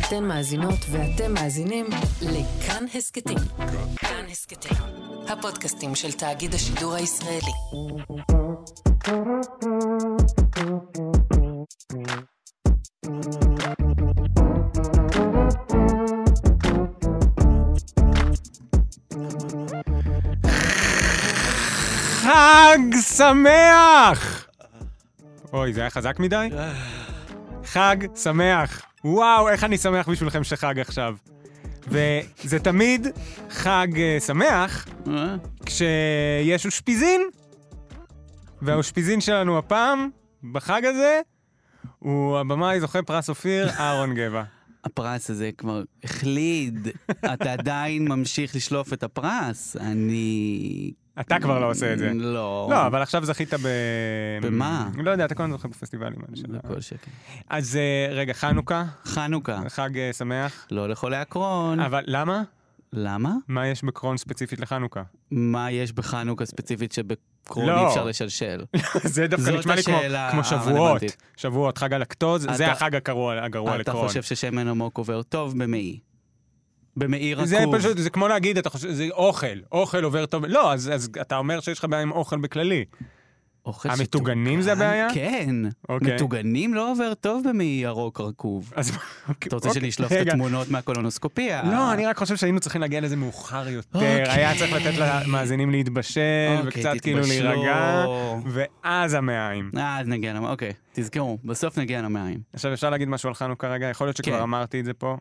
אתן מאזינות ואתם מאזינים לכאן הסקטים. כאן הסקטים, הפודקאסטים של תאגיד השידור הישראלי. חג שמח! אוי, זה היה חזק מדי? חג שמח. וואו, איך אני שמח בשבילכם שחג עכשיו. וזה תמיד חג שמח כשיש אושפיזין. והאושפיזין שלנו הפעם, בחג הזה, הוא הבמאי זוכה פרס אופיר, אהרון גבע. הפרס הזה כבר החליד. אתה עדיין ממשיך לשלוף את הפרס. אתה כבר לא עושה את זה. לא. לא, אבל עכשיו זכית במה? לא יודע, אתה כל הזמן זוכה בפסטיבלים. בכל שקל. אז רגע, חנוכה. חנוכה. חג שמח. לא לחולי הקרון. אבל למה? למה? מה יש בקרון ספציפית לחנוכה? מה יש בחנוכה ספציפית שבקרון לא. אי אפשר לשלשל? זה דווקא נשמע לי כמו שבועות. שבועות, חג הלקטוז, זה החג הגרוע לקרון. אתה חושב ששמן עמוק עובר טוב במעי? במעי רקוב. זה פשוט, זה כמו להגיד, אתה חושב, זה אוכל עובר טוב. לא, אז אתה אומר שיש לך בעיה עם אוכל בכללי. המטוגנים זה הבעיה? כן. מטוגנים לא עובר טוב במעי ירוק רקוב. אתה רוצה שנשלוף את התמונות מהקולונוסקופיה? לא, אני רק חושב שהיינו צריכים להגיע לזה מאוחר יותר. היה צריך לתת למאזינים להתבשל, וקצת כאילו להירגע, ואז המעיים. אז נגיע למעיים, אוקיי. תזכרו, בסוף נגיע למעיים. עכשיו אפשר להגיד משהו על חנוכה רגע? יכול להיות שכבר אמרתי את זה פה.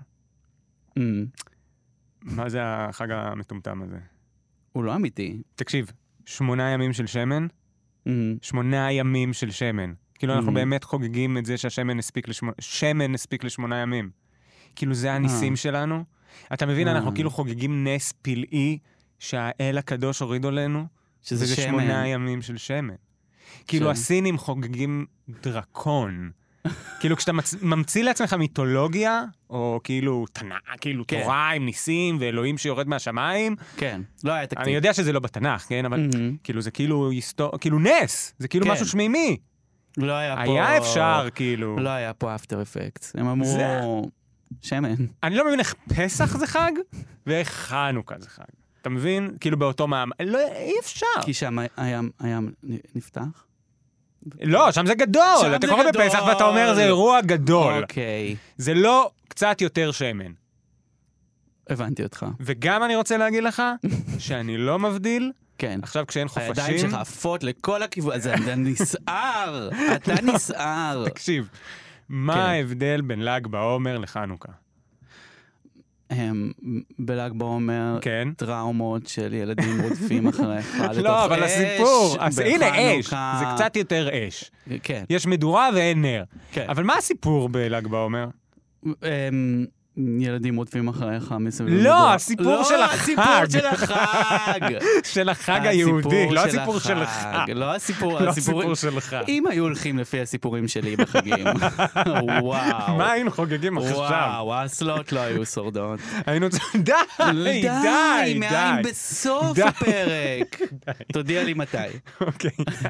מה זה החג המטומטם הזה? הוא לא אמיתי. תקשיב, 8 ימים של שמן, 8 ימים של שמן. כאילו אנחנו באמת חוגגים את זה שהשמן הספיק ל8 ימים. כאילו זה הניסים שלנו. אתה מבין, אנחנו כאילו חוגגים נס פלאי שהאל הקדוש הוריד עלינו, שזה 8 ימים של שמן. כאילו הסינים חוגגים דרקון. כאילו כשאתה ממציא לעצמך מיתולוגיה, או כאילו תורה עם ניסים ואלוהים שיורד מהשמיים. כן, לא היה תקציב. אני יודע שזה לא בתנ"ך, כן? אבל כאילו זה כאילו נס, זה כאילו משהו שמימי. לא היה פה... היה אפשר, כאילו. לא היה פה אפטר אפקט. הם אמרו... שמן. אני לא מבין איך פסח זה חג, ואיך חנוכה זה חג. אתה מבין? כאילו באותו מע"מ. לא, אי אפשר. כי שם הים נפתח? לא, שם זה גדול. אתה קורא בפסח ואתה אומר, זה אירוע גדול. אוקיי. זה לא קצת יותר שמן. הבנתי אותך. וגם אני רוצה להגיד לך, שאני לא מבדיל, כן. עכשיו כשאין חופשים... הידיים שלך עפות לכל הכיוון, אז אתה נסער. אתה נסער. תקשיב, מה ההבדל בין ל"ג בעומר לחנוכה? בל"ג בעומר, טראומות של ילדים רודפים אחריך לתוך אש. לא, אבל הסיפור, הנה אש, זה קצת יותר אש. יש מדורה ואין נר. אבל מה הסיפור בל"ג בעומר? ילדים רודפים אחריך מסביב. לא, הסיפור של החג. הסיפור של החג. של החג היהודי, לא הסיפור שלך. לא הסיפור שלך. אם היו הולכים לפי הסיפורים שלי בחגים. וואו. מה היינו חוגגים עכשיו? וואו, האסלות לא היו שורדות. היינו... די, מאין בסוף הפרק. תודיע לי מתי. אוקיי,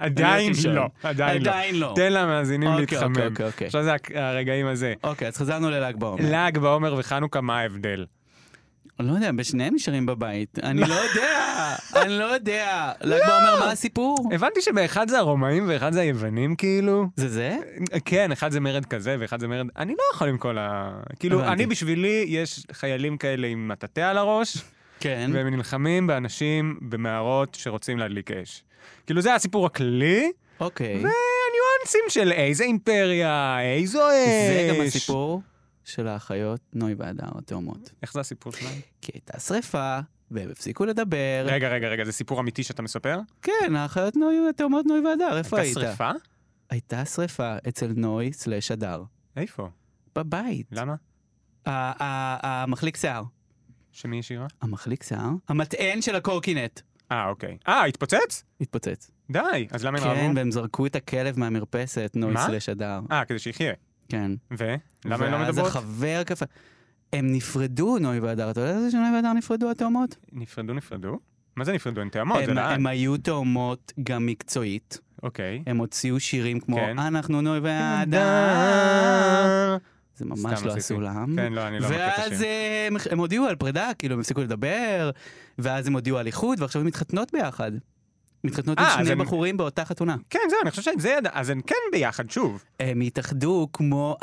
עדיין לא. תן למאזינים להתחמם. עכשיו זה הרגעים הזה. אוקיי, אז חזרנו לל"ג בעומר. ל"ג בעומר וחנוכה, מה ההבדל? אני לא יודע, בשניהם נשארים בבית. אני לא יודע. ל"ג בעומר, מה הסיפור? הבנתי שבאחד זה הרומאים ואחד זה היוונים, כאילו. זה? כן, אחד זה מרד כזה ואחד זה מרד... אני לא יכול עם כל כאילו, אני בשבילי, יש חיילים כאלה עם מטאטא על הראש, והם נלחמים באנשים במערות שרוצים להדליק אש. כאילו, זה הסיפור הכללי. אוקיי. והניואנסים של איזה אימפריה, איזו אש. זה גם הסיפור של האחיות נוי והדר התאומות. איך זה הסיפור שלהם? כי הייתה שריפה, והם הפסיקו לדבר. רגע, זה סיפור אמיתי שאתה מספר? כן, האחיות התאומות נוי והדר, איפה היית? הייתה שריפה? הייתה שריפה אצל נוי/הדר. איפה? בבית. למה? המחליק שיער. שמי ישירה? המחליק שיער? המטען של הקורקינט. אוקיי. התפוצץ? התפוצץ. די, אז למה הם רבו? כן, והם זרקו את הכלב מהמרפסת, נוי/הדר. כדי שיחיה. כן. למה הם לא מדברות? ואז החבר כפה. הם נפרדו, נוי והדר. אתה יודע שנוי והדר נפרדו התאומות? נפרדו? מה זה נפרדו? הם תאומות, זה לעד. הם היו תאומות גם מקצועית. אוקיי. הם הוציאו שירים כמו אנחנו נוי והדר. זה ממש לא הסולם. כן, לא, אני לא מכיר את השם. ואז הם הודיעו על פרידה, כאילו הם הפסיקו לדבר, ואז הם הודיעו על איחוד, ועכשיו הם מתחתנות ביחד. מתחתנות עם שני בחורים באותה חתונה. כן, זהו, אני חושב שזה ידע, אז הם כן ביחד, שוב. הם התאחדו כמו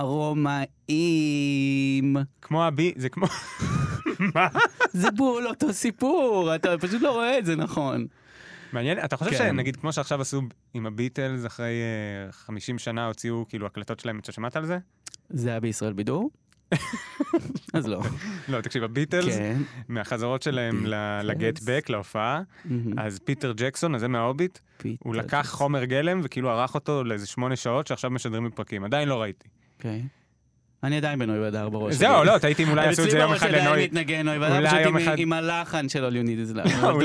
הרומאים. כמו זה כמו... מה? זה בול אותו סיפור, אתה פשוט לא רואה את זה נכון. מעניין, אתה חושב שנגיד כמו שעכשיו עשו עם הביטלס, אחרי 50 שנה הוציאו כאילו הקלטות שלהם, אתה שמעת על זה? זה היה בישראל בידור? אז לא. לא, תקשיב, הביטלס, מהחזרות שלהם לגט בק, להופעה, אז פיטר ג'קסון, הזה מההוביט, הוא לקח חומר גלם וכאילו ערך אותו לאיזה 8 שעות שעכשיו משדרים בפרקים. עדיין לא ראיתי. אוקיי. אני עדיין בנוי והדר בראש. זהו, לא, תהייתי אם אולי יעשו את זה יום אחד לנוי. אצלי בראש עדיין מתנגן נוי והדר, פשוט עם הלחן של All You Need Is Love.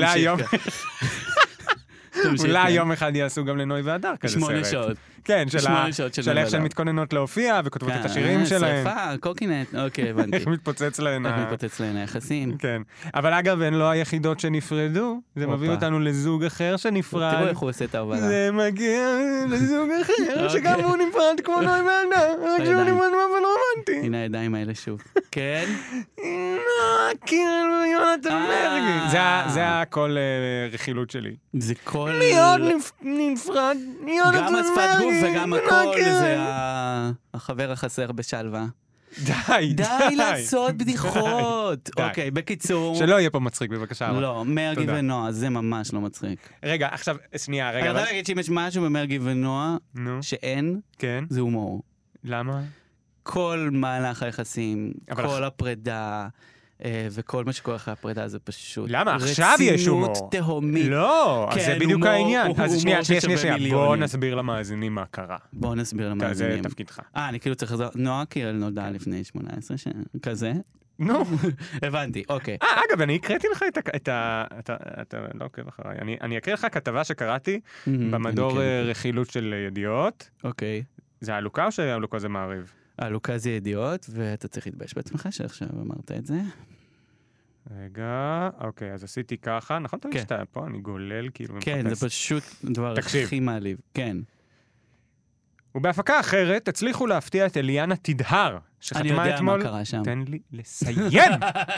אולי יום אחד יעשו גם לנוי והדר כזה סרט. 8 שעות. כן, של איך שהן מתכוננות להופיע וכותבות את השירים שלהן. שריפה, קוקינט, אוקיי, הבנתי. איך מתפוצץ להן היחסים. כן, אבל אגב, הן לא היחידות שנפרדו, זה מביא אותנו לזוג אחר שנפרד. תראו איך הוא עושה את ההובלה. זה מגיע לזוג אחר, שגם הוא נפרד כמו נוי והדר, רק שהוא נפרד באופן רומנטי. הנה הידיים האלה שוב. כן? קירל ויונתן מרגי. זה הכל רכילות שלי. זה כל... מי עוד נפרד? גם השפת גוף וגם הכל, זה החבר החסר בשלווה. די לעשות בדיחות. אוקיי, בקיצור... שלא יהיה פה מצחיק, בבקשה. לא, מרגי ונועה, זה ממש לא מצחיק. רגע, עכשיו, שנייה, רגע. אני רוצה להגיד שאם יש משהו במרגי ונועה שאין, זה הומור. למה? כל מהלך היחסים, כל הפרידה, וכל מה שקורה אחרי הפרידה זה פשוט... למה? עכשיו יש הומור. רצינות תהומית. לא, אז זה בדיוק העניין. אז שנייה, בוא נסביר למאזינים מה קרה. בוא נסביר למאזינים. זה תפקידך. אני כאילו צריך לחזור. נועה קירל נולדה לפני 18 שנה, כזה. נו. הבנתי, אוקיי. אגב, אני הקראתי לך אתה לא עוקב אחריי. אני אקריא לך כתבה שקראתי במדור רכילות של ידיעות. אוקיי. זה העלוקה או שהעלוקה זה מעריב? העלוקה זה ידיעות, ואתה צריך להתבייש בעצמך שעכשיו אמרת את זה. רגע, אוקיי, אז עשיתי ככה, נכון? תמיד שאתה פה, אני גולל כאילו. כן, זה פשוט דבר הכי מעליב. כן. ובהפקה אחרת הצליחו להפתיע את אליאנה תדהר, אני יודע מה קרה שם. תן לי לסיים!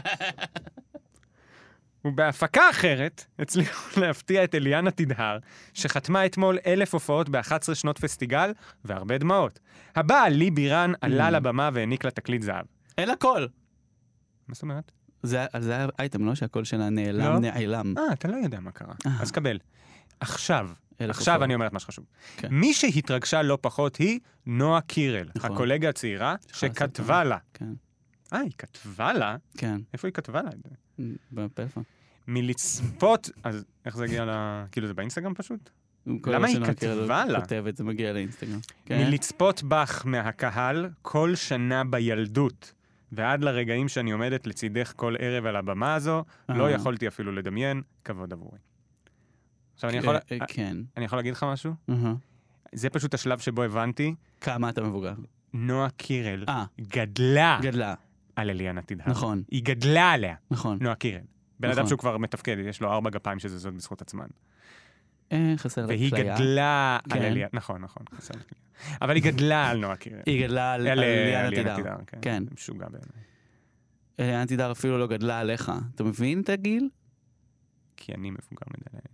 ובהפקה אחרת הצליחו להפתיע את אליאנה תדהר, שחתמה אתמול 1,000 הופעות ב-11 שנות פסטיגל, והרבה דמעות. הבעל לי בירן עלה לבמה והעניק לה תקליט זהב. אין לה קול. מה זאת אומרת? זה אייטם, לא? שהקול שלה נעלם. אתה לא יודע מה קרה. אז קבל. עכשיו אני אומרת מה שחשוב. מי שהתרגשה לא פחות היא נועה קירל, הקולגה הצעירה, שכתבה לה. היא כתבה לה? כן. איפה היא כתבה לה? בפלאפון. מלצפות, אז איך זה הגיע כאילו זה באינסטגרם פשוט? למה היא כתבה לה? כותבת, זה מגיע לאינסטגרם. מלצפות בך מהקהל כל שנה בילדות, ועד לרגעים שאני עומדת לצידך כל ערב על הבמה הזו, לא יכולתי אפילו לדמיין, כבוד עבורי. עכשיו אני יכול להגיד לך משהו? זה פשוט השלב שבו הבנתי. כמה אתה מבוגר? נועה קירל גדלה על אליאנה תדהר. נכון. היא גדלה עליה. נכון. נועה קירל. בן אדם שהוא כבר מתפקד, יש לו 4 גפיים שזזות בזכות עצמן. חסר לה והיא גדלה על אליאנה, נכון, חסר לה כליה. אבל היא גדלה על נועה קירל. היא גדלה על אליאנה תדהר. כן. משוגע בעיניי. אליאנה תדהר אפילו לא גדלה עליך. אתה מבין את הגיל? כי אני מבוגר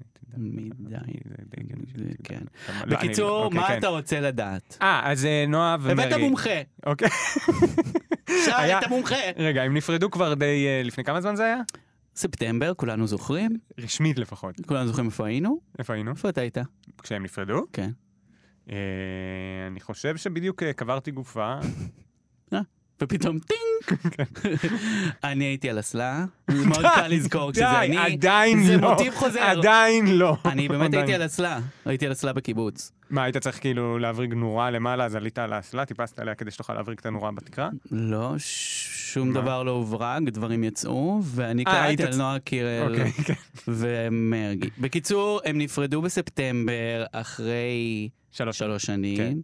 מדי. כן. בקיצור, מה אתה רוצה לדעת? אז נועה ומרגי. הבאת מומחה. אוקיי. שאל את המומחה. רגע, הם נפרדו כבר די... לפני כמה זמן זה היה? ספטמבר, כולנו זוכרים. רשמית לפחות. כולנו זוכרים איפה היינו. איפה היינו? איפה אתה היית? כשהם נפרדו? כן. אני חושב שבדיוק קברתי גופה. ופתאום טינג! אני הייתי על אסלה, זה מאוד קל לזכור כשזה אני. עדיין לא. זה מוטיב חוזר. עדיין לא. אני באמת הייתי על אסלה. הייתי על אסלה בקיבוץ. מה, היית צריך כאילו להבריג נורה למעלה, אז עלית על האסלה, טיפסת עליה כדי שתוכל להבריג את הנורה בתקרה? לא, שום דבר לא הוברג, דברים יצאו, ואני קראתי על נועה קירל ומרגי. בקיצור, הם נפרדו בספטמבר אחרי 3 שנים.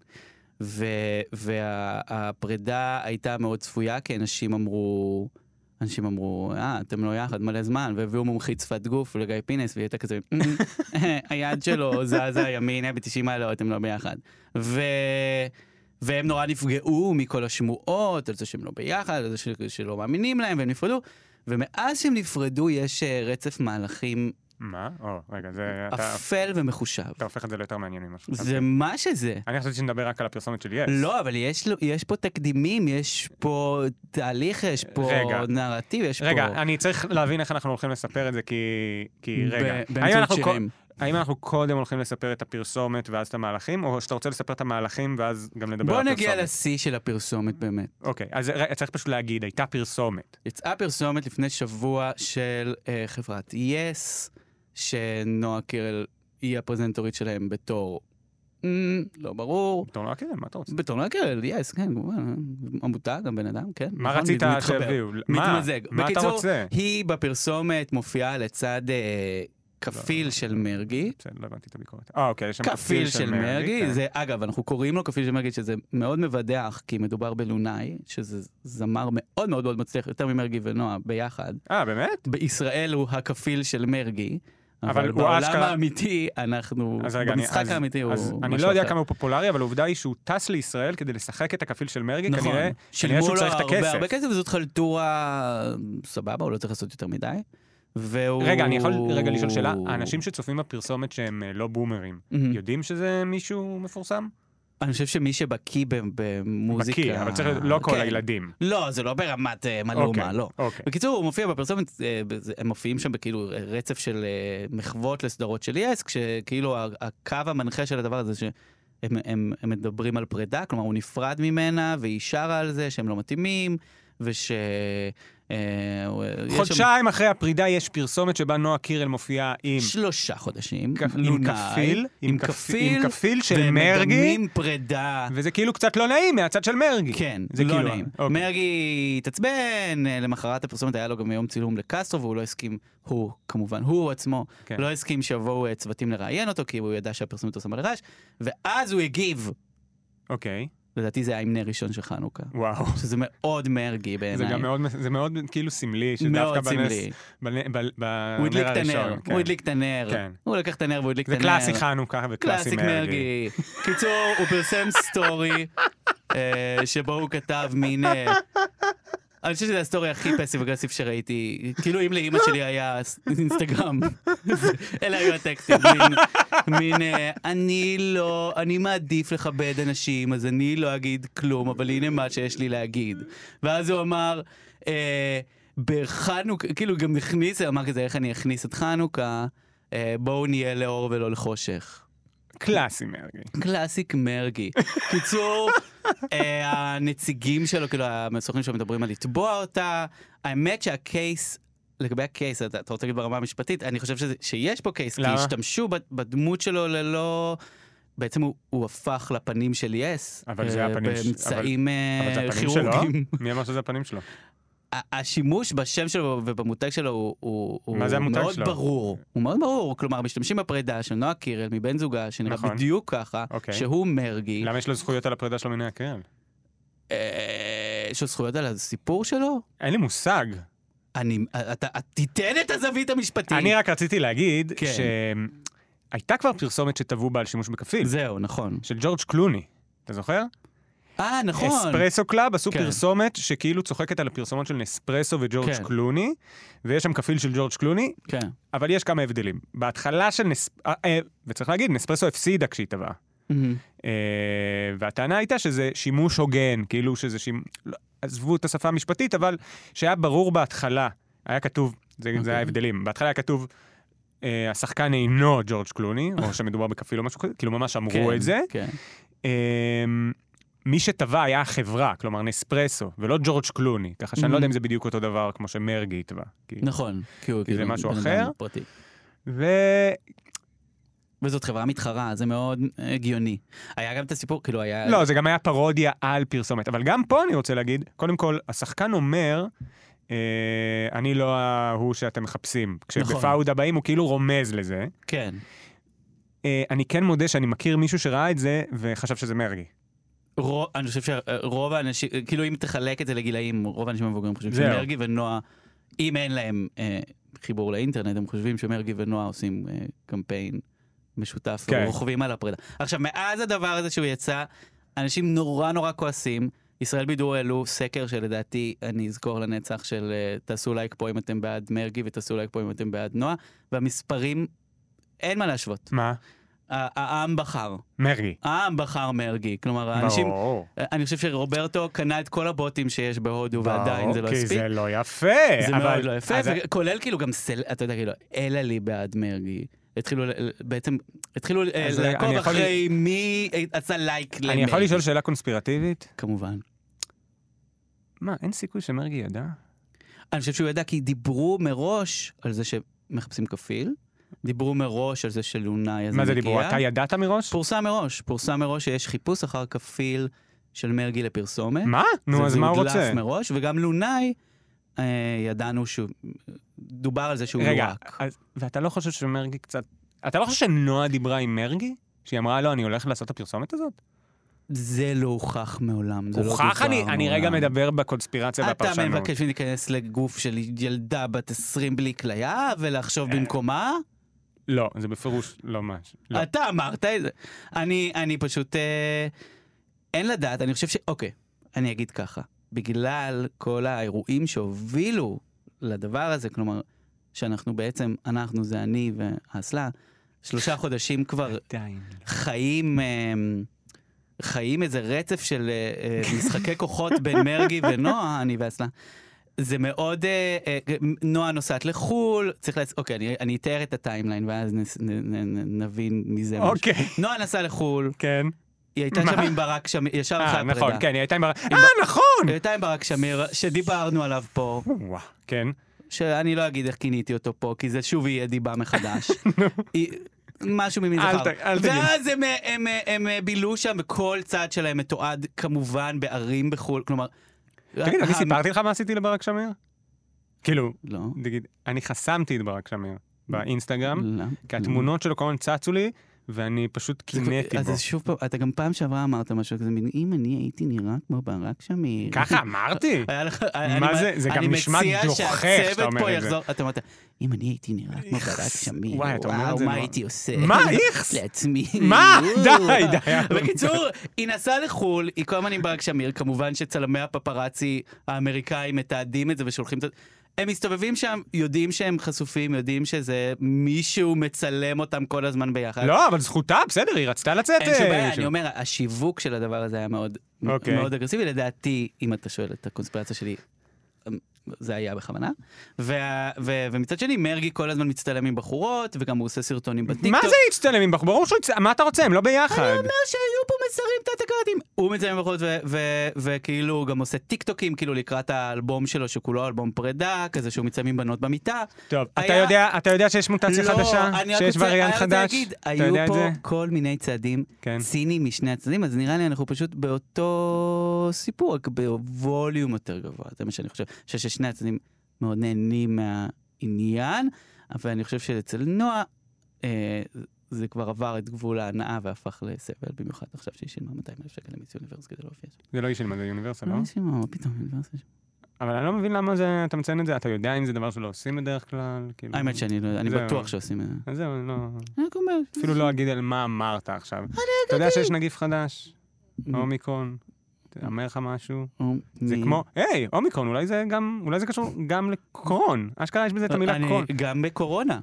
והפרידה הייתה מאוד צפויה, כי אנשים אמרו, אתם לא יחד מלא זמן, והביאו מומחית שפת גוף לגיא פינס, והיא הייתה כזה, היד שלו זזה ימין, ב-90 מעלות, הם לא ביחד. והם נורא נפגעו מכל השמועות, על זה שהם לא ביחד, על זה שלא מאמינים להם, והם נפרדו. ומאז שהם נפרדו יש רצף מהלכים... מה? רגע, זה... אפל ומחושב. אתה הופך את זה ליותר מעניין ממה שחשבתי. זה מה שזה. אני חושבת שנדבר רק על הפרסומת של יס. לא, אבל יש פה תקדימים, יש פה תהליך, יש פה נרטיב, יש פה... רגע, אני צריך להבין איך אנחנו הולכים לספר את זה, כי רגע. באמצעות שירים. האם אנחנו קודם הולכים לספר את הפרסומת ואז את המהלכים, או שאתה רוצה לספר את המהלכים ואז גם לדבר על הפרסומת? בוא נגיע לשיא של הפרסומת באמת. אוקיי, אז צריך פשוט להגיד, הייתה פרסומת. יצאה פרסומת לפני שבוע של חברת יס, שנועה קירל היא הפרזנטורית שלהם בתור, לא ברור. בתור נועה קירל, מה אתה רוצה? בתור נועה קירל, יס, כן, כמובן, עמותה, גם בן אדם, כן. מה רצית שהביאו? מתמזג. מה אתה רוצה? היא בפרסומת מופיעה לצד... כפיל של מרגי. לא הבנתי את הביקורת. אוקיי, יש שם כפיל של מרגי. זה, אגב, אנחנו קוראים לו כפיל של מרגי, שזה מאוד מבדח, כי מדובר בלונאי, שזה זמר מאוד מאוד מאוד מצליח, יותר ממרגי ונועה ביחד. באמת? בישראל הוא הכפיל של מרגי, אבל בעולם האמיתי, אנחנו, במשחק האמיתי הוא משהו אחר. אני לא יודע כמה הוא פופולרי, אבל העובדה היא שהוא טס לישראל כדי לשחק את הכפיל של מרגי, כנראה שהוא צריך את הכסף. הרבה כסף, וזאת חלטורה סבבה, הוא לא צריך לעשות יותר מדי. רגע, אני יכול רגע לשאול שאלה, האנשים שצופים בפרסומת שהם לא בומרים, יודעים שזה מישהו מפורסם? אני חושב שמי שבקיא במוזיקה... בקיא, אבל צריך לא כל הילדים. לא, זה לא ברמת מלומה, לא. בקיצור, הוא מופיע בפרסומת, הם מופיעים שם בכאילו רצף של מחוות לסדרות של יס, כשכאילו הקו המנחה של הדבר הזה, שהם מדברים על פרידה, כלומר הוא נפרד ממנה, והיא שרה על זה שהם לא מתאימים, חודשיים אחרי הפרידה יש פרסומת שבה נועה קירל מופיעה עם 3 חודשים, עם כפיל של מרגי, ומדמים פרידה, וזה כאילו קצת לא נעים מהצד של מרגי. כן, זה לא נעים. מרגי התעצבן, למחרת הפרסומת היה לו גם יום צילום לקסטרו, והוא לא הסכים, כמובן, הוא עצמו, לא הסכים שיבואו צוותים לראיין אותו, כי הוא ידע שהפרסומת עושה מלא רעש, ואז הוא הגיב. אוקיי. לדעתי זה האמנה ראשון של חנוכה. וואו. שזה מאוד מרגי בעיניי. זה מאוד כאילו סמלי. מאוד סמלי. הוא הדליק את הנר. הוא הדליק את הנר. הוא לקח את הנר והוא הדליק את הנר. זה קלאסי חנוכה וקלאסי מרגי. קיצור, הוא פרסם סטורי שבו הוא כתב מין... אני חושב שזה הסטורי הכי פסיב אגרסיב שראיתי. כאילו אם לאמא שלי היה אינסטגרם, אלה היו הטקסטים. אני מעדיף לכבד אנשים, אז אני לא אגיד כלום, אבל הנה מה שיש לי להגיד. ואז הוא אמר, בחנוכה, כאילו גם נכניס, אמר כזה, איך אני אכניס את חנוכה, בואו נהיה לאור ולא לחושך. קלאסי מרגי. קלאסיק מרגי. קיצור, הנציגים שלו, כאילו המסוכים שלו מדברים על לתבוע אותה. האמת שהקייס, לגבי הקייס, אתה רוצה להגיד ברמה המשפטית, אני חושב שיש פה קייס, כי השתמשו בדמות שלו ללא... בעצם הוא הפך לפנים של יס. אבל זה הפנים שלו. באמצעים כירורגיים. מי אמר שזה הפנים שלו? השימוש בשם שלו ובמותג שלו הוא מאוד ברור. הוא מאוד ברור. כלומר, משתמשים בפרידה של נועה קירל מבן זוגה, שנראה בדיוק ככה, שהוא מרגי. למה יש לו זכויות על הפרידה שלו מנועה קירל? יש לו זכויות על הסיפור שלו? אין לי מושג. אתה תיתן את הזווית המשפטית. אני רק רציתי להגיד שהייתה כבר פרסומת שטבעו בה על שימוש בכפיל. זהו, נכון. של ג'ורג' קלוני. אתה זוכר? נכון. אספרסו קלאב עשו פרסומת שכאילו צוחקת על הפרסומות של נספרסו וג'ורג' קלוני, ויש שם כפיל של ג'ורג' קלוני, אבל יש כמה הבדלים. בהתחלה של וצריך להגיד, נספרסו הפסידה כשהיא טבעה. והטענה הייתה שזה שימוש הוגן, כאילו שזה עזבו את השפה המשפטית, אבל שהיה ברור בהתחלה, היה כתוב, זה ההבדלים, בהתחלה היה כתוב, השחקן אינו ג'ורג' קלוני, או שמדובר בכפיל או משהו כזה, כאילו ממש אמרו את זה. מי שטבע היה החברה, כלומר נספרסו, ולא ג'ורג' קלוני, ככה שאני לא יודע אם זה בדיוק אותו דבר כמו שמרגי טבע. נכון. כי זה משהו אחר. וזאת חברה מתחרה, זה מאוד הגיוני. היה גם את הסיפור, כאילו היה... לא, זה גם היה פרודיה על פרסומת, אבל גם פה אני רוצה להגיד, קודם כל, השחקן אומר, אני לא ההוא שאתם מחפשים. כשבפאוד הבאים הוא כאילו רומז לזה. כן. אני כן מודה שאני מכיר מישהו שראה את זה, וחשב שזה מרגי. אני חושב שרוב האנשים, כאילו אם תחלק את זה לגילאים, רוב האנשים המבוגרים חושבים שמרגי ונועה, אם אין להם חיבור לאינטרנט, הם חושבים שמרגי ונועה עושים קמפיין משותף, ורוכבים על הפרידה. עכשיו, מאז הדבר הזה שהוא יצא, אנשים נורא נורא כועסים. ישראל בידור העלו סקר שלדעתי אני אזכור לנצח של תעשו לייק פה אם אתם בעד מרגי ותעשו לייק פה אם אתם בעד נועה, והמספרים אין מה להשוות. מה? העם בחר. מרגי. העם בחר מרגי. כלומר, האנשים... אני חושב שרוברטו קנה את כל הבוטים שיש בהודו, ועדיין זה לא הספיק. כי זה לא יפה. זה מאוד לא יפה, וכולל כאילו גם אתה יודע, כאילו, אלא לי בעד מרגי. התחילו לעקוב אחרי מי עשה לייק למרגי. אני יכול לשאול שאלה קונספירטיבית? כמובן. מה, אין סיכוי שמרגי ידע? אני חושב שהוא ידע כי דיברו מראש על זה שמחפשים כפיל. דיברו מראש על זה שלונה יזם. מה זה דיברו? אתה ידעת מראש? פורסם מראש שיש חיפוש אחר כפיל של מרגי לפרסומת. מה? נו, אז מה הוא רוצה? זה הודלף מראש, וגם לונאי, ידענו שהוא... דובר על זה שהוא לורק. רגע, ואתה לא חושב שמרגי קצת... אתה לא חושב שנועה דיברה עם מרגי? שהיא אמרה, לא, אני הולך לעשות את הפרסומת הזאת? זה לא הוכח מעולם. הוכח, אני רגע מדבר בקונספירציה והפרשנות. אתה מבקש להיכנס לגוף של ילדה בת 20 בלי כליה, ולחשוב במקומה? לא, זה בפירוש לא משהו. אתה אמרת את זה. אני פשוט... אין לדעת, אני חושב אוקיי, אני אגיד ככה. בגלל כל האירועים שהובילו לדבר הזה, כלומר, שאנחנו בעצם, זה אני והאסלה, 3 חודשים כבר חיים איזה רצף של משחקי כוחות בין מרגי ונועה, אני והאסלה. זה מאוד, נועה נוסעת לחול, אוקיי, אני אתאר את הטיימליין, ואז נבין מזה משהו. נועה נסעה לחול. כן. היא הייתה שם עם ברק שמיר, ישר אחרי הפרידה. נכון, כן, היא הייתה עם ברק, נכון! היא הייתה עם ברק שמיר, שדיברנו עליו פה. כן. שאני לא אגיד איך כיניתי אותו פה, כי זה שוב יהיה דיבה מחדש. משהו ממי זכר. ואז הם בילו שם, וכל צד שלהם מתועד כמובן בערים בחול, כלומר... תגיד, אני סיפרתי לך מה עשיתי לברק שמיר? כאילו, לא. תגיד, אני חסמתי את ברק שמיר באינסטגרם, כי התמונות שלו כל הזמן צצו לי, ואני פשוט קינאתי בו. אז שוב פעם, אתה גם פעם שעברה אמרת משהו כזה, אם אני הייתי נראה כמו ברק שמיר. ככה אמרתי? מה זה? זה גם נשמע דוחך שאתה אומר את זה. אתה אמרת, אם אני הייתי נראה כמו ברק שמיר, וואו, מה הייתי עושה? מה? איכס? לעצמי. מה? די. בקיצור, היא נסעה לחול, היא כל הזמן עם ברק שמיר, כמובן שצלמי הפפרצי האמריקאים מתעדים את זה ושולחים את זה. הם מסתובבים שם, יודעים שהם חשופים, יודעים שזה מישהו מצלם אותם כל הזמן ביחד. לא, אבל זכותה, בסדר, היא רצתה לצאת. אין שום בעיה, אני אומר, השיווק של הדבר הזה היה מאוד אגרסיבי. לדעתי, אם אתה שואל את הקונספירציה שלי, זה היה בכוונה. ומצד שני, מרגי כל הזמן מצטלם עם בחורות, וגם הוא עושה סרטונים בטיקטוק. מה זה יצטלם עם בחורות? מה אתה רוצה? הם לא ביחד. אני אומר שהיו פה מסרים תת-הקראטים. הוא מצטלם עם בחורות, וכאילו הוא גם עושה טיקטוקים, כאילו לקראת האלבום שלו, שכולו אלבום פרידה, כזה שהוא מצטלם עם בנות במיטה. טוב, אתה יודע שיש מוטציה חדשה? שיש וריאנט חדש? היו פה כל מיני צעדים ציניים משני הצדדים, אז נראה לי אנחנו פשוט באותו סיפור, רק בווליום יותר גבוה. זה מה שאני חושב. ששני הצדדים מאוד נהנים מהעניין, אבל אני חושב שאצל נועה זה כבר עבר את גבול ההנאה והפך לסבל, במיוחד עכשיו שהיא שילמה 200,000 שקל למיס יוניברס כדי להופיע שם. זה לא היא שילמה, זה יוניברסל, לא? לא שילמה, מה פתאום יוניברס שם. אבל אני לא מבין למה אתה מציין את זה, אתה יודע אם זה דבר שלא עושים בדרך כלל? האמת שאני בטוח שעושים את זה. אז זהו, לא... אני אומר... אפילו לא אגיד על מה אמרת עכשיו. אתה יודע שיש נגיף חדש? אומיקרון. אומר לך משהו? זה כמו, היי, אומיקרון, אולי זה קשור גם לקורון. אשכרה יש בזה את המילה קורון. גם בקורונה.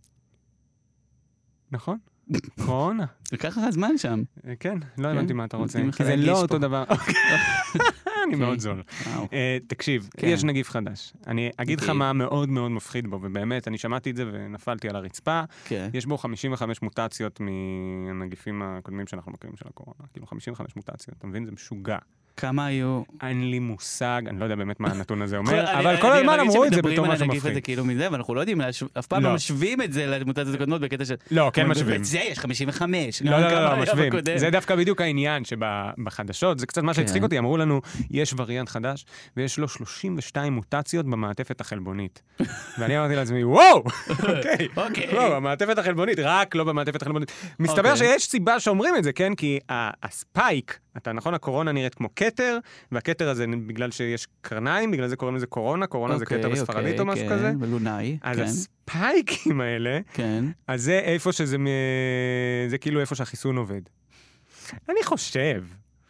נכון? קורונה. לקח לך זמן שם. כן, לא הבנתי מה אתה רוצה. כי זה לא אותו דבר. אני מאוד זול. תקשיב, יש נגיף חדש. אני אגיד לך מה מאוד מאוד מפחיד בו, ובאמת, אני שמעתי את זה ונפלתי על הרצפה. יש בו 55 מוטציות מהנגיפים הקודמים שאנחנו מכירים של הקורונה. כאילו 55 מוטציות, אתה מבין? זה משוגע. כמה היו? אין לי מושג, אני לא יודע באמת מה הנתון הזה אומר, אבל כל הזמן אמרו את זה בתור משהו מפחיד. כאילו מזה, ואנחנו לא יודעים, אף פעם לא משווים את זה למוטציות הקודמות בקטע של... לא, כן משווים. בזה יש 55. לא, משווים. זה דווקא בדיוק העניין שבחדשות, זה קצת מה שהצחיק אותי, אמרו לנו, יש וריאנט חדש, ויש לו 32 מוטציות במעטפת החלבונית. ואני אמרתי לעצמי, וואו! וואו, המעטפת החלבונית, רק לא במעטפת החלבונית. מסתבר שיש סיבה שאומרים את זה, כן? כי הספייק, נכון, הקורונה נראית כמו קטר, והקטר הזה בגלל שיש קרניים, בגלל זה קוראים לזה קורונה, קורונה זה קטר בספרדית או משהו כזה. ולונאי. אז הספייקים האלה, אז זה איפה שזה, זה כאילו איפה שהחיסון עובד. אני חושב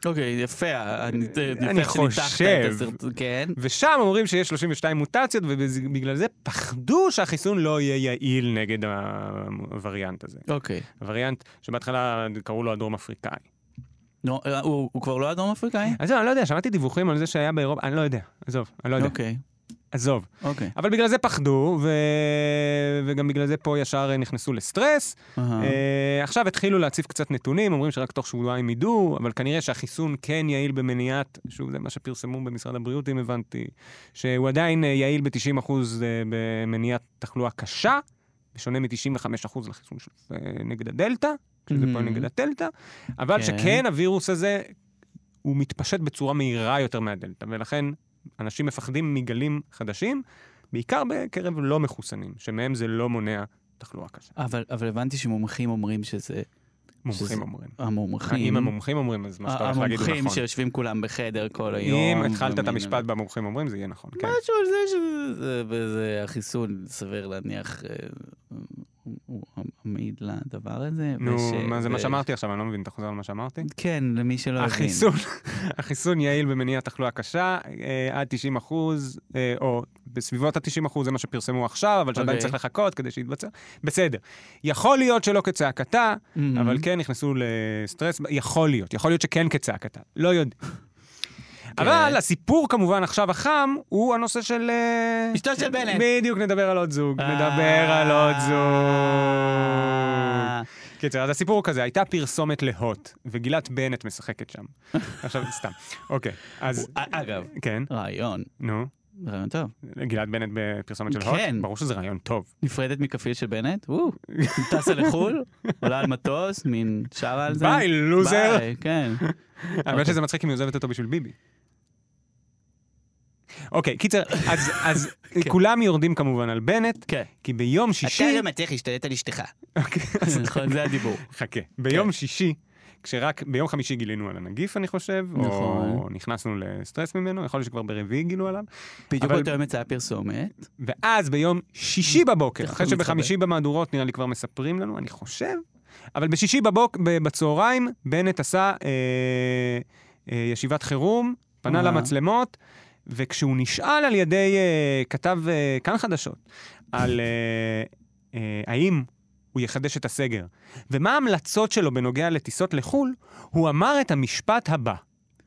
אוקיי, יפה. אני חושב. כן. ושם אומרים שיש 32 מוטציות, ובגלל זה פחדו שהחיסון לא יהיה יעיל נגד הווריאנט הזה. אוקיי. הווריאנט שבהתחלה קראו לו הדרום אפריקאי. הוא כבר לא הדרום אפריקאי? אז אני לא יודע, שמעתי דיווחים על זה שהיה באירופה, אני לא יודע, עזוב, אני לא יודע. אוקיי. עזוב. אוקיי. אבל בגלל זה פחדו, וגם בגלל זה פה ישר נכנסו לסטרס. עכשיו התחילו להציף קצת נתונים, אומרים שרק תוך שבועיים ידעו, אבל כנראה שהחיסון כן יעיל במניעת, שוב, זה מה שפרסמו במשרד הבריאות, אם הבנתי, שהוא עדיין יעיל ב-90% במניעת תחלואה קשה, בשונה מ-95% לחיסון נגד הדלטה, כשזה פה נגד הדלטה, אבל שכן הווירוס הזה, הוא מתפשט בצורה מהירה יותר מהדלטה, ולכן אנשים מפחדים מגלים חדשים, בעיקר בקרב לא מחוסנים, שמהם זה לא מונע תחלואה קשה. אבל הבנתי שמומחים אומרים שזה... מומחים אומרים. המומחים... אם המומחים אומרים, אז מה שאתה הולך להגיד הוא נכון. המומחים שיושבים כולם בחדר כל היום. אם התחלת את המשפט במומחים אומרים, זה יהיה נכון, כן. משהו על זה שזה החיסון, סביר להניח, הוא מעיד לדבר הזה. נו, מה זה מה שאמרתי עכשיו? אני לא מבין, אתה חוזר על מה שאמרתי? כן, למי שלא הבין. החיסון יעיל במניעת תחלואה קשה, עד 90%, או בסביבות ה-90% זה מה שפרסמו עכשיו, אבל שעדיין צריך לחכות כדי שיתבצע. בסדר. יכול להיות שלא כצעקתה, אבל כן נכנסו לסטרס, יכול להיות שכן כצעקתה, לא יודע. אבל הסיפור כמובן עכשיו החם הוא הנושא של... אשתו של בנט. בדיוק, נדבר על עוד זוג. קיצר, אז הסיפור הוא כזה, הייתה פרסומת להוט, וגילת בנט משחקת שם. עכשיו, סתם. אוקיי, אז... אגב, כן. רעיון. נו. רעיון טוב. גילת בנט בפרסומת של הוט? כן. ברור שזה רעיון טוב. נפרדת מכפיל של בנט? טסה לחול, עולה על מטוס, מין שרה על זה. ביי, לוזר. ביי, כן. האמת שזה מצחיק אם היא עוזבת אותו בשביל ביבי. אוקיי, קיצר, אז כולם יורדים כמובן על בנט, כי ביום שישי... אתה לא מצליח להשתלט על אשתך. נכון, זה הדיבור. חכה. ביום שישי, כשרק ביום חמישי גילינו על הנגיף, אני חושב, או נכנסנו לסטרס ממנו, יכול להיות שכבר ברביעי גילו עליו. בדיוק אותו יום יצאה פרסומת. ואז ביום שישי בבוקר, אחרי שבחמישי במהדורות נראה לי כבר מספרים לנו, אני חושב, אבל בשישי בצהריים, בנט עשה ישיבת חירום, פנה למצלמות, וכשהוא נשאל על ידי כתב כאן חדשות, על האם הוא יחדש את הסגר, ומה ההמלצות שלו בנוגע לטיסות לחול, הוא אמר את המשפט הבא.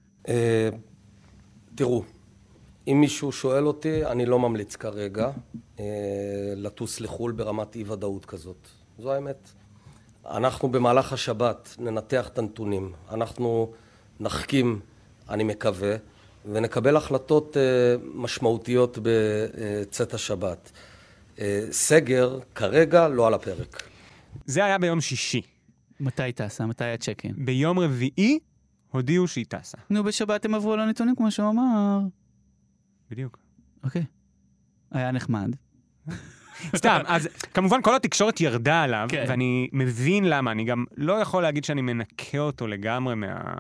תראו, אם מישהו שואל אותי, אני לא ממליץ כרגע לטוס לחול ברמת אי-ודאות כזאת. זו האמת. אנחנו במהלך השבת ננתח את הנתונים. אנחנו נחכים, אני מקווה, ונקבל החלטות משמעותיות בצאת השבת. סגר כרגע לא על הפרק. זה היה ביום שישי. מתי היא טסה? מתי היה צ'קין? ביום רביעי הודיעו שהיא טסה. נו, בשבת הם עברו על הנתונים כמו שהוא אמר. בדיוק. אוקיי. היה נחמד. סתם, אז כמובן כל התקשורת ירדה עליו, ואני מבין למה, אני גם לא יכול להגיד שאני מנקה אותו לגמרי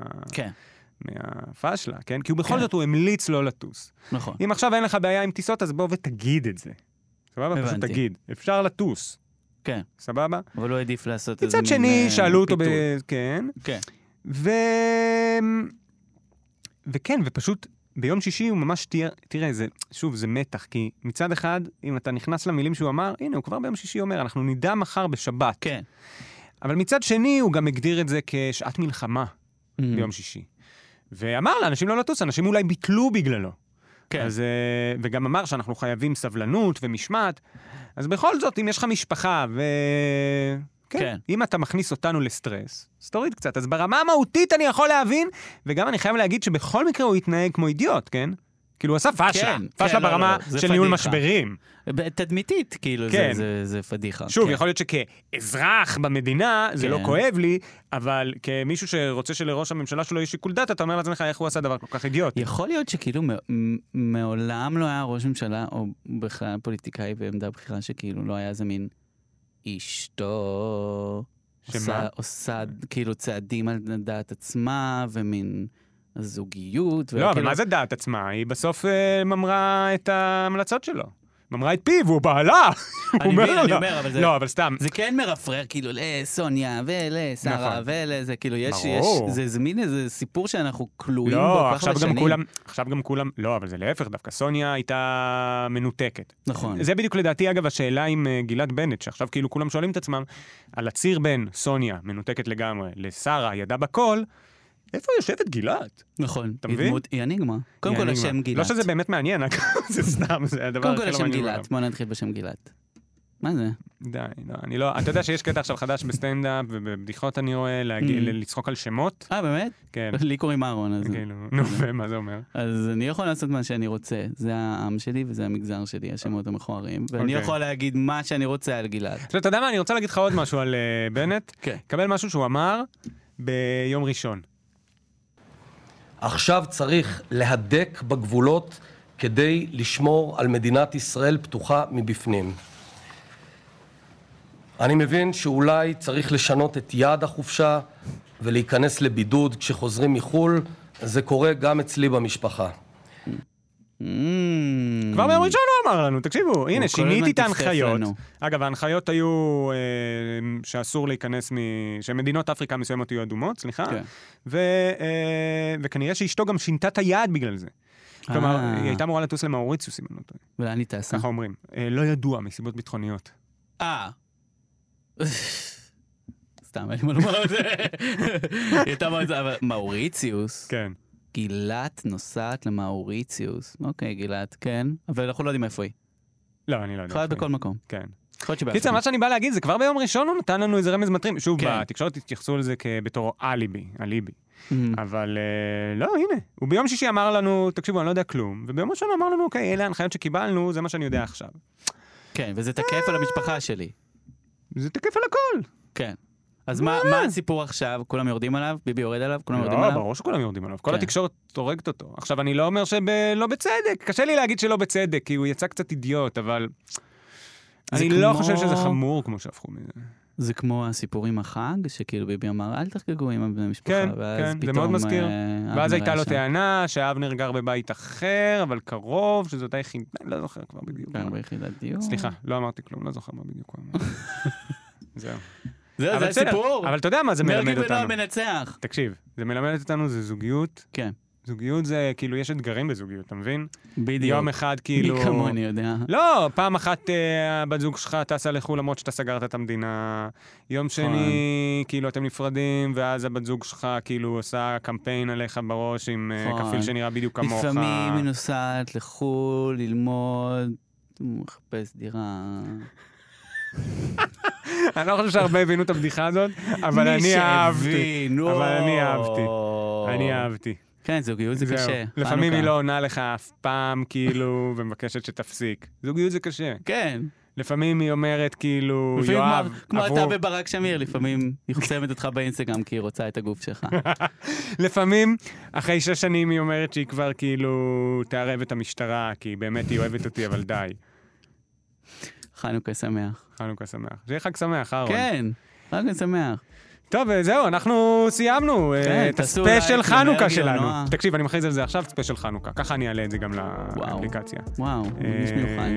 מהפשלה, כן? כי בכל זאת הוא המליץ לא לטוס. נכון. אם עכשיו אין לך בעיה עם טיסות, אז בוא ותגיד את זה. סבבה? פשוט תגיד. אפשר לטוס. כן. סבבה? אבל לא עדיף לעשות איזה מצד שני, שאלו אותו כן. כן. וכן, ופשוט ביום שישי הוא ממש תראה, שוב, זה מתח, כי מצד אחד, אם אתה נכנס למילים שהוא אמר, הנה, הוא כבר ביום שישי אומר, אנחנו נדע מחר בשבת. כן. אבל מצד שני, הוא גם הגדיר את זה כשעת מלחמה ביום שישי. ואמר לאנשים לא לטוס, אנשים אולי ביטלו בגללו. כן. אז, וגם אמר שאנחנו חייבים סבלנות ומשמעת. אז בכל זאת, אם יש לך משפחה כן. אם אתה מכניס אותנו לסטרס, אז תוריד קצת. אז ברמה המהותית אני יכול להבין, וגם אני חייב להגיד שבכל מקרה הוא יתנהג כמו אידיוט, כן? כאילו הוא עשה פשלה. פשלה ברמה של ניהול משברים. תדמיתית, כאילו, זה פדיחה. שוב, יכול להיות שכאזרח במדינה, זה לא כואב לי, אבל כמישהו שרוצה שלראש הממשלה שלו יש שיקול דעת, אתה אומר לעצמך איך הוא עשה דבר כל כך אידיוט. יכול להיות שכאילו מעולם לא היה ראש ממשלה, או בכלל פוליטיקאי בעמדה בחירה, שכאילו לא היה איזה מין אשתו עושה כאילו צעדים על דעת עצמה, ומין זוגיות. לא, אבל מה זה דעת עצמה? היא בסוף ממרה את ההמלצות שלו. ממרה את פיו, הוא בעלה. אני אומר, אבל זה... לא, אבל סתם. זה כן מרפרר, כאילו, לסוניה ולשרה ולזה, כאילו, זה מין איזה סיפור שאנחנו כלואים בו כל כך בשנים. עכשיו גם כולם, לא, אבל זה להפך, דווקא סוניה הייתה מנותקת. נכון. זה בדיוק לדעתי, אגב, השאלה עם גלעד בנט, שעכשיו כאילו כולם שואלים את עצמם, על הציר בין סוניה, מנותקת לגמרי, לשרה, ידע בכל, איפה יושבת גלעד? נכון. אתה מבין? היא אניגמה. קודם כל השם גלעד. לא שזה באמת מעניין, זה סתם, זה הדבר הכי לא מעניין. קודם כל השם גלעד, בוא נתחיל בשם גלעד. מה זה? די, לא, אני לא... אתה יודע שיש קטע עכשיו חדש בסטנדאפ, ובבדיחות אני רואה לצחוק על שמות. באמת? כן. לי קוראים אהרון, אז... נו, ומה זה אומר? אז אני יכול לעשות מה שאני רוצה. זה העם שלי וזה המגזר שלי, השמות המכוערים, ואני יכול להגיד מה שאני רוצה על גלעד. אתה יודע מה, אני רוצה להגיד לך עוד משהו על בנט. כן. קבל משהו שהוא אמר ביום ראשון. עכשיו צריך להדק בגבולות כדי לשמור על מדינת ישראל פתוחה מבפנים. אני מבין שאולי צריך לשנות את יעד החופשה ולהיכנס לבידוד כשחוזרים מחול. זה קורה גם אצלי במשפחה. כבר ביום ראשון הוא אמר לנו, תקשיבו, הנה, שיניתי את ההנחיות. אגב, ההנחיות היו שאסור להיכנס שמדינות אפריקה מסוימות יהיו אדומות, סליחה, וכנראה שאשתו גם שינתה את היעד בגלל זה. כלומר, היא הייתה אמורה לטוס למאוריציוס, אם אני לא טועה. ולאן היא טסה? ככה אומרים. לא ידוע, מסיבות ביטחוניות. סתם, אין מה לומר את זה. היא הייתה מאוריציוס. כן. גילת נוסעת למאוריציוס. אוקיי, גילת, כן. אבל אנחנו לא יודעים איפה היא. לא, אני לא יודע. יכולה להיות בכל מקום. כן. קיצר, מה שאני בא להגיד, זה כבר ביום ראשון הוא נתן לנו איזה רמז מטרים. שוב, בתקשורת התייחסו לזה בתור אליבי. אבל לא, הנה. הוא ביום שישי אמר לנו, תקשיבו, אני לא יודע כלום. וביום ראשון אמר לנו, אוקיי, אלה ההנחיות שקיבלנו, זה מה שאני יודע עכשיו. כן, וזה תקף על המשפחה שלי. זה תקף על הכל. כן. אז מה הסיפור עכשיו? כולם יורדים עליו? ביבי יורד עליו? כולם יורדים עליו? לא, ברור שכולם יורדים עליו. כל התקשורת הורגת אותו. עכשיו, אני לא אומר שלא בצדק. קשה לי להגיד שלא בצדק, כי הוא יצא קצת אידיוט, אבל אני לא חושב שזה חמור כמו שהפכו מזה. זה כמו הסיפור עם החג, שכאילו ביבי אמר, אל תחגגו עם בני משפחה. כן, כן, זה מאוד מזכיר. ואז הייתה לו טענה שאבנר גר בבית אחר, אבל קרוב, שזאת היחידה, לא זוכר כבר בדיוק. גר ביחידת דיור. סליחה, לא אמרתי כלום, לא זוכר מה בדיוק הוא אמר. זהו. זה הסיפור. אבל אתה יודע מה זה מלמד אותנו. מרגי בנו מנצח. תקשיב, זה מלמד אותנו, זה זוגיות. כן. זוגיות זה, כאילו, יש אתגרים בזוגיות, אתה מבין? בדיוק. יום אחד, כאילו... מי כמוני יודע. לא, פעם אחת הבת זוג שלך טסה לחו"ל למרות שאתה סגרת את המדינה. יום שני, כאילו, אתם נפרדים, ואז הבת זוג שלך, כאילו, עושה קמפיין עליך בראש עם כפיל שנראה בדיוק כמוך. לפעמים היא נוסעת לחו"ל, ללמוד, מחפש דירה... אני לא חושב שהרבה הבינו את הבדיחה הזאת, אבל אני אהבתי. אני אהבתי. כן, זוגיות זה קשה. לפעמים היא לא עונה לך אף פעם, כאילו, ומבקשת שתפסיק. זוגיות זה קשה. כן. לפעמים היא אומרת, כאילו, יואב... כמו אתה וברק שמיר, לפעמים היא חוסמת אותך באינסטגרם, כי היא רוצה את הגוף שלך. לפעמים, אחרי 6 שנים היא אומרת שהיא כבר, כאילו, תערב את המשטרה, כי באמת היא אוהבת אותי, אבל די. חנוכה שמח. חנוכה שמח. שיהיה חג שמח, אהרון. כן, חנוכה שמח. טוב, זהו, אנחנו סיימנו את הספיישל חנוכה שלנו. תקשיב, אני מכריז על זה עכשיו, ספיישל חנוכה. ככה אני אעלה את זה גם לאפליקציה. וואו, מרגיש מיוחד.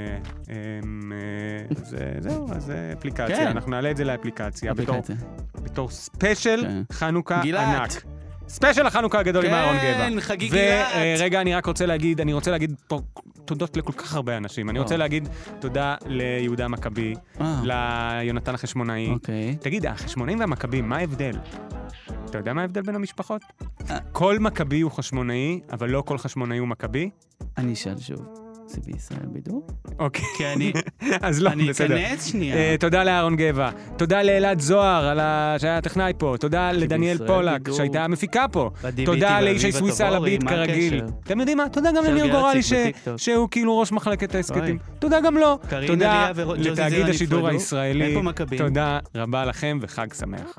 זהו, אז זה אפליקציה. אנחנו נעלה את זה לאפליקציה. בתור ספיישל חנוכה ענק. ספיישל החנוכה הגדול עם אהרון גבע. כן, חגיגי לאט. ורגע, אני רוצה להגיד פה תודות לכל כך הרבה אנשים. אני רוצה להגיד תודה ליהודה מכבי, ליונתן החשמונאי. תגיד, החשמונאים והמכבים, מה ההבדל? אתה יודע מה ההבדל בין המשפחות? כל מכבי הוא חשמונאי, אבל לא כל חשמונאי הוא מכבי? אני אשאל שוב. זה בישראל בידור? אוקיי. כי אני... אז לא, בסדר. אני אכנס שנייה. תודה לאהרון גבע. תודה לאלעד זוהר, שהיה הטכנאי פה. תודה לדניאל פולק, שהייתה המפיקה פה. תודה לאישי סוויסה על הביט כרגיל. אתם יודעים מה? תודה גם לניר גורלי, שהוא כאילו ראש מחלקת העסקתים. תודה גם לו. תודה לתאגיד השידור הישראלי. תודה רבה לכם וחג שמח.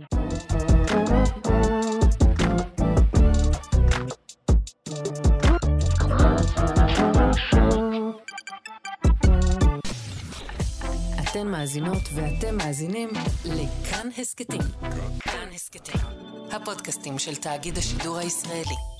אתן מאזינות ואתם מאזינים לכאן הסקטים. כאן הסקטים, הפודקאסטים של תאגיד השידור הישראלי.